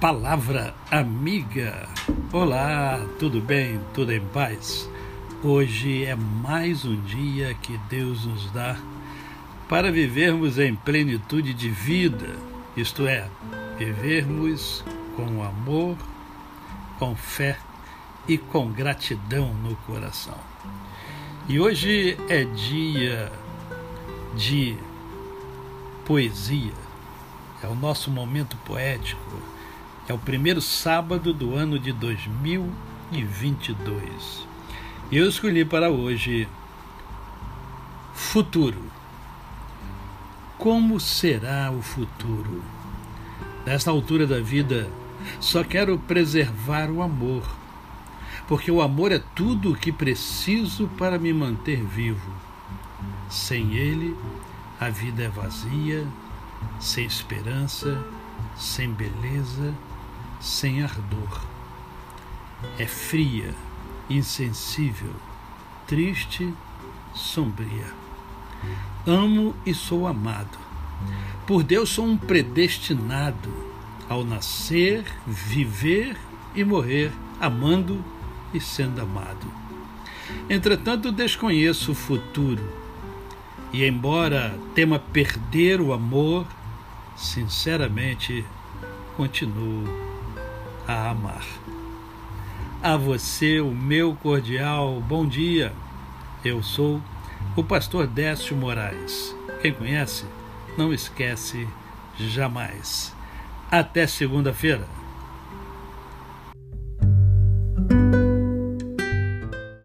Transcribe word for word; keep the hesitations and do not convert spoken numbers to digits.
Palavra amiga. Olá, tudo bem? Tudo em paz? Hoje é mais um dia que Deus nos dá para vivermos em plenitude de vida, isto é, vivermos com amor, com fé e com gratidão no coração. E hoje é dia de poesia, é o nosso momento poético, é o primeiro sábado do ano de dois mil e vinte e dois. E eu escolhi para hoje futuro. Como será o futuro? Nesta altura da vida, só quero preservar o amor, porque o amor é tudo o que preciso para me manter vivo. Sem ele, a vida é vazia, sem esperança, sem beleza, sem ardor. É fria, insensível, triste, sombria. Amo e sou amado. Por Deus sou um predestinado ao nascer, viver e morrer, amando e sendo amado. Entretanto, desconheço o futuro. E embora tema perder o amor, sinceramente continuo a amar. A você o meu cordial bom dia. Eu sou o pastor Décio Moraes. Quem conhece, não esquece jamais. Até segunda-feira.